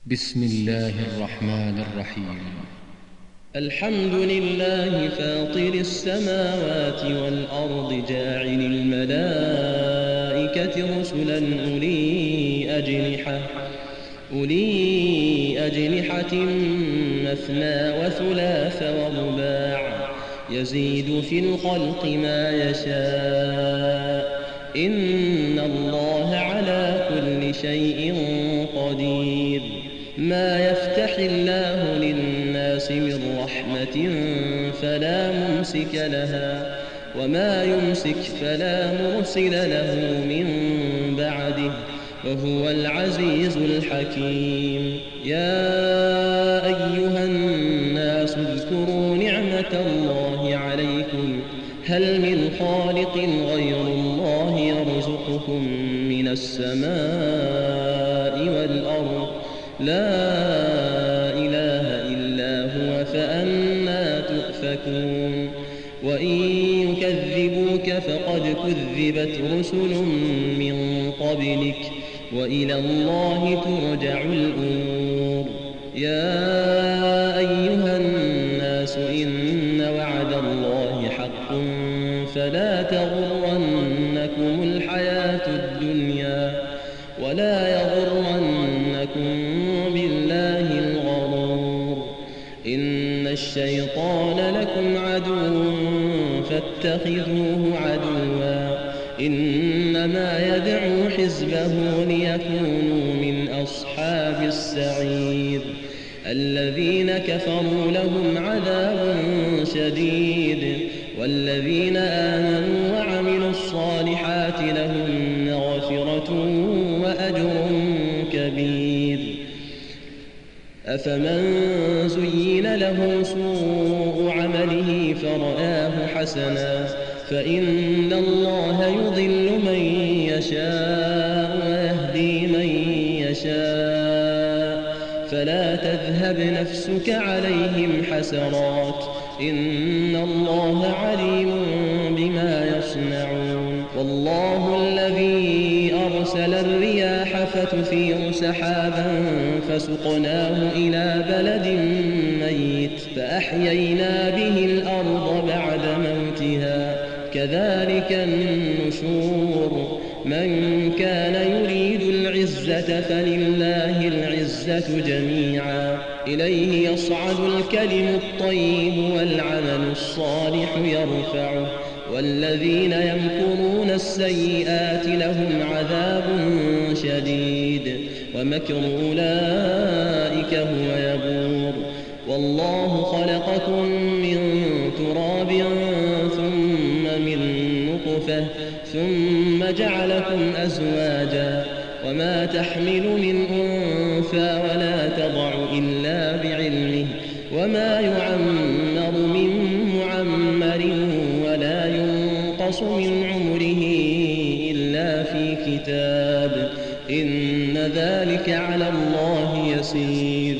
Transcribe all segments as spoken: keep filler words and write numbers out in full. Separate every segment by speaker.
Speaker 1: بسم الله الرحمن الرحيم.
Speaker 2: الحمد لله فاطر السماوات والأرض جاعل الملائكة رسلا أولي أجنحة أولي أجنحة مثنى وثلاث ورباع يزيد في الخلق ما يشاء إن الله على كل شيء قدير. ما يفتح الله للناس من رحمة فلا ممسك لها وما يمسك فلا مرسل له من بعده وهو العزيز الحكيم. يا أيها الناس اذكروا نعمة الله عليكم هل من خالق غير الله يرزقكم من السماء والأرض لا إله إلا هو فأنى تؤفكون. وإن يكذبوك فقد كذبت رسل من قبلك وإلى الله ترجع الأمور. يا أيها الناس إن وعد الله حق فلا تغرنكم الحياة الدنيا ولا يغرنكم بالله الغرور. إن الشيطان لكم عدو فاتخذوه عدوا إنما يدعو حزبه ليكونوا من أصحاب السعير. الذين كفروا لهم عذاب شديد والذين آمنوا وعملوا الصالحات لهم مغفرة وأجر كبير. أفمن زين له سوء عمله فرآه حسنا فإن الله يضل من يشاء ويهدي من يشاء فلا تذهب نفسك عليهم حسرات إن الله عليم بما يصنعون. والله الذي أرسل الرياح فتثير سحابا فسقناه إلى بلد ميت فأحيينا به الأرض بعد موتها كذلك النشور. من كان يريد العزة فلله العزة جميعا إليه يصعد الكلم الطيب والعمل الصالح يرفعه والذين يمكرون السيئات لهم عذاب شديد ومكر أولئك هو يبور. والله خلقكم من تراب ثم من نطفة ثم جعلكم أزواجا وما تحمل من أنثى ولا تضع إلا بعلمه وما يعمر من معمر ولا ينقص من عمره إلا في كتاب إن ذلك على الله يسير.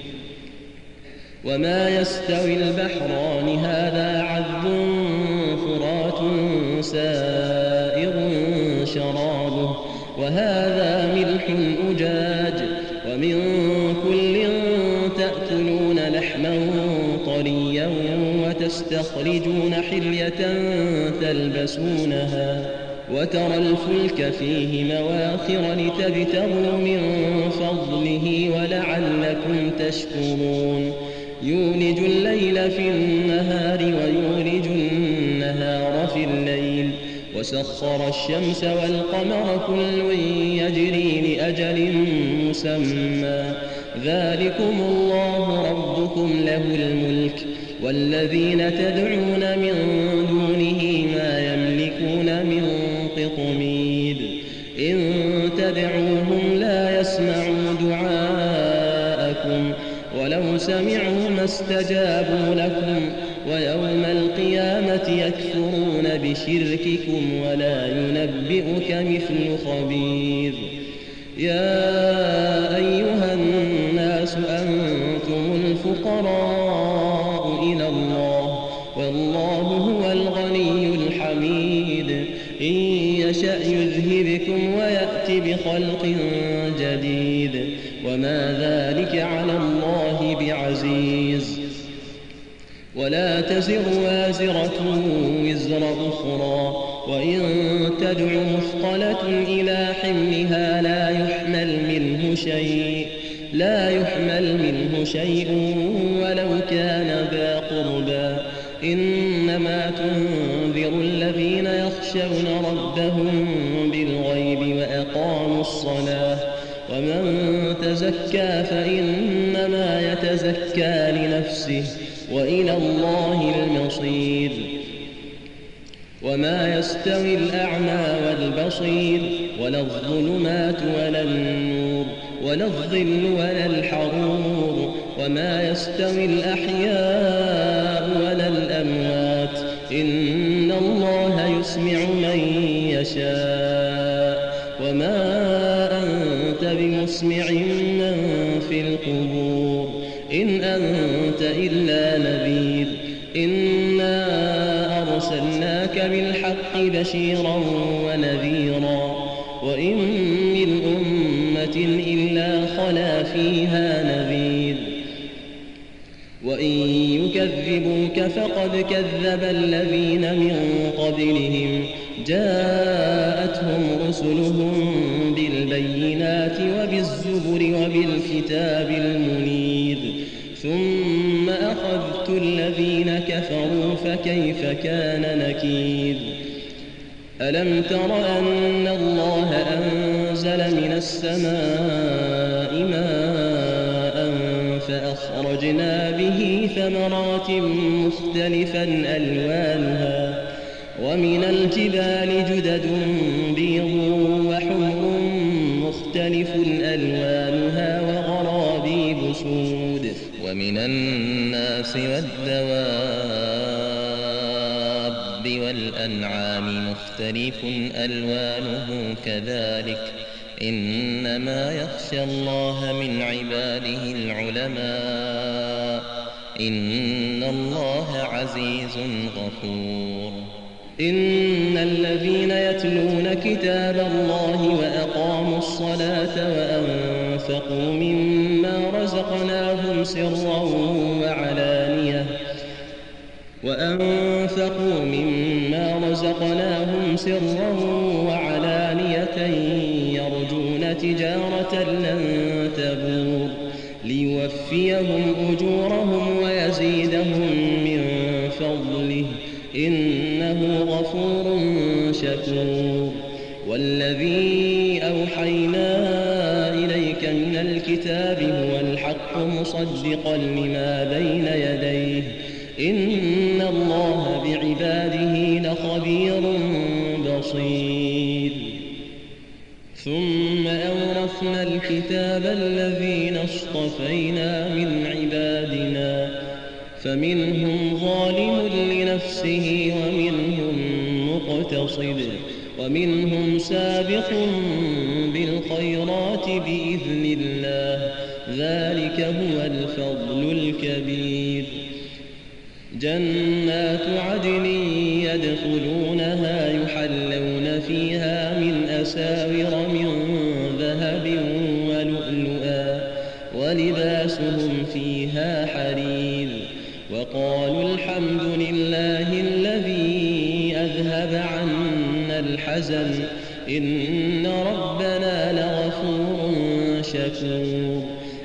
Speaker 2: وما يستوي البحران هذا عذب فرات سائغ شرابه وهذا ملح أجاج ومن كل تأكلون لحما طريا وتستخرجون حلية تلبسونها وترى الفلك فيه مواخر لتبتغوا من فضله ولعلكم تشكرون. يولج الليل في النهار ويولج النهار في الليل وسخر الشمس والقمر كل يجري لأجل مسمى ذلكم الله ربكم له الملك والذين تدعون من دونه ما يملكون من قطمير. إن تدعوهم لا يسمعوا دعاءكم ولو سمعوا ما استجابوا لكم ويوم القيامة يكفرون بشرككم ولا ينبئك مثل خبير. يا أيها الناس أنتم الفقراء إلى الله والله هو الغني الحميد. إن يشأ يذهبكم ويأت بخلق جديد وما ذلك على الله بعزيز. ولا تزر وازرة وزر أخرى، وإن تدع مثقلة إلى حملها لا يحمل منه شيء لا يحمل منه شيء ولو كان ذا قربى. إنما تنذر الذين يخشون ربهم بالغيب وأقاموا الصلاة، ومن تزكى فإنما يتزكى لنفسه وإلى الله المصير. وما يستوي الأعمى والبصير ولا الظلمات ولا النور ولا الظل ولا الحرور، وما يستوي الأحياء ولا الأموات، إن الله يسمع من يشاء، وما أنت بمسمع من في القبور، إن أنت إلا نذير. إنا أرسلناك بالحق بشيرا ونذيرا، وإن من أمة إلا خلا فيها نذير. وإن يكذبوك فقد كذب الذين من قبلهم، جاءتهم رسلهم بالبينات وبالزبر وبالكتاب المنير، ثم أخذت الذين كفروا فكيف كان نكير. ألم تر أن الله أنزل من السماء ماء فأخرجنا به ثمرات مختلفا ألوانها، ومن الجبال جدد بيض وحمر مختلف ألوانها وغرابيب سود،
Speaker 3: ومن الناس والدواب والأنعام مختلف ألوانه كذلك، إنما يخشى الله من عباده العلماء، إن الله عزيز غفور.
Speaker 2: إن الذين يتلون كتاب الله وأقاموا الصلاة وأنفقوا مما رزقناهم سرا وعلانية وأنفقوا مما رزقناهم سرا وعلانية يرجون تجارة لن تبور، ليوفيهم أجورهم ويزيدهم من فضله، إنه غفور شكور. والذي أوحينا إليك من الكتاب هو الحق مصدقا لما بين يديه، إن الله بعباده لخبير بصير. ثم أورثنا الكتاب الذين اصطفينا من عبادنا، فمنهم ظالم لنفسه ومنهم مقتصد ومنهم سابق بالخيرات بإذن الله، ذلك هو الفضل الكبير. جنات عدن يدخلونها يحلون فيها من أساور من ذهب ولؤلؤا، ولباسهم فيها حرير. وقالوا الحمد لله الذي أذهب عنا الحزن، إن ربنا لغفور شكور.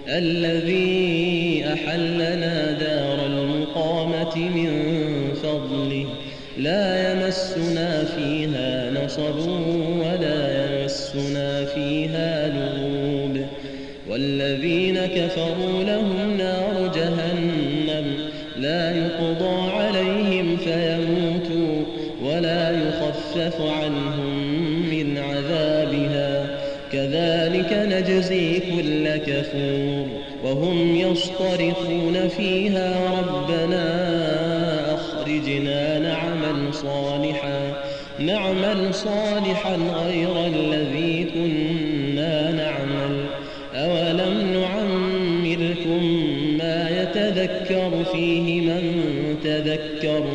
Speaker 2: الذي أحلنا دار المقامة من فضله، لا يمسنا فيها نصب ولا يمسنا فيها لغوب. والذين كفروا لهم نار جهنم لا يقضى عليهم فيموتوا ولا يخفف عنهم من عذابها، كذلك نجزي كل كفور. وهم يصطرخون فيها ربنا أخرجنا نعمل صالحا نعمل صالحا غير الذي كنا نعمل، أولم نعمركم ما يتذكر فيه من تذكر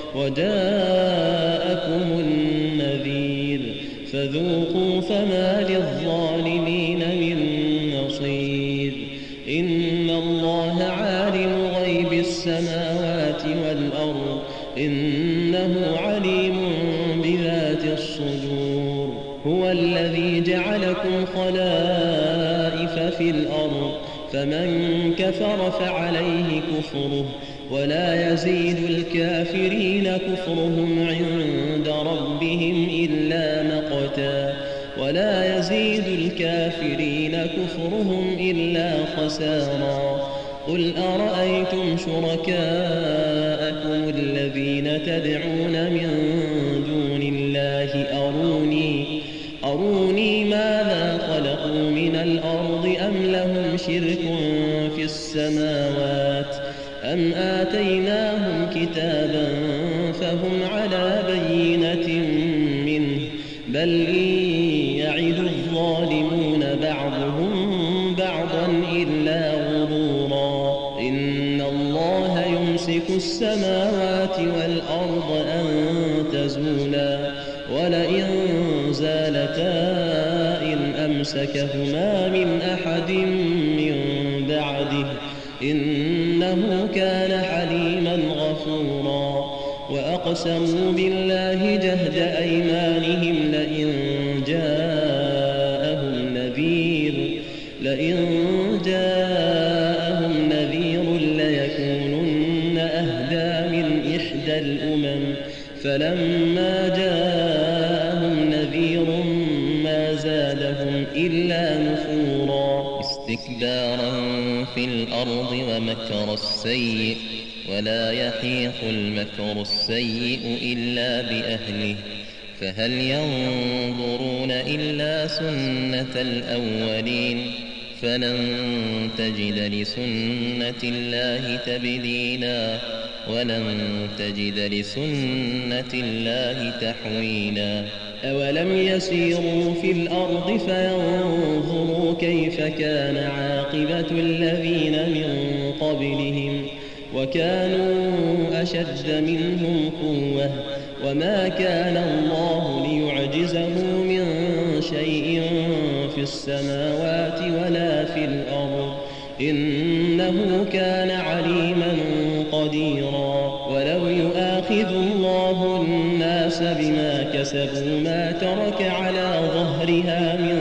Speaker 2: وجاءكم النذير، فذوقوا فما للظالمين من نصير. إن الله عالم غيب السماوات والأرض إنه عليم بذات الصدور هو الذي جعلكم خلائف في الأرض فمن كفر فعليه كفره ولا يزيد الكافرين كفرهم عند ربهم إلا مقتا ولا يزيد الكافرين كفرهم إلا خسارا قل أرأيتم شركاءكم الذين تدعون من دون الله أروني أروني ماذا خلقوا من الأرض أم لهم شرك في السماوات أم آتيناهم كتابا فهم على بينة منه بل إن يعد الظالمون بعضهم بعضا إلا غرورا إن الله يمسك السماوات والأرض أن تزولا ولئن زالتا إن أمسكهما من أحد من بعده إنه كان حليما غفورا وأقسموا بالله جهد أيمانهم لئن جاءهم نذير لئن جاءهم نذير ليكونن أهدى من إحدى الأمم فلما جاءهم نذير ما زادهم إلا نفورا
Speaker 3: استكبارا في الأرض ومكر السيء ولا يحيق المكر السيء إلا بأهله فهل ينظرون إلا سنة الأولين فلن تجد لسنة الله تبديلا ولن تجد لسنة الله تحويلا
Speaker 2: أولم يسيروا في الأرض فينظروا كيف كان عاقبة الذين من قبلهم وكانوا أشد منهم قوة وما كان الله ليعجزه من شيء في السماوات ولا في الأرض إنه كان عليما قديرا ولو يؤاخذ الله الناس بما كسبوا ما ترك على ظهرها من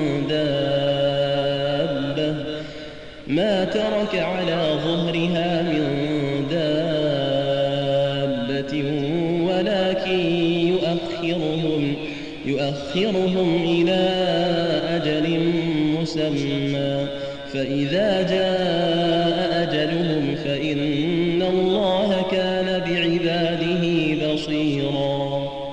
Speaker 2: دابة ما ترك على ظهرها من دابة ولكن يؤخرهم يؤخرهم إلى أجل مسمى فإذا جاء أجلهم فإن الله كان بعباده بصيرا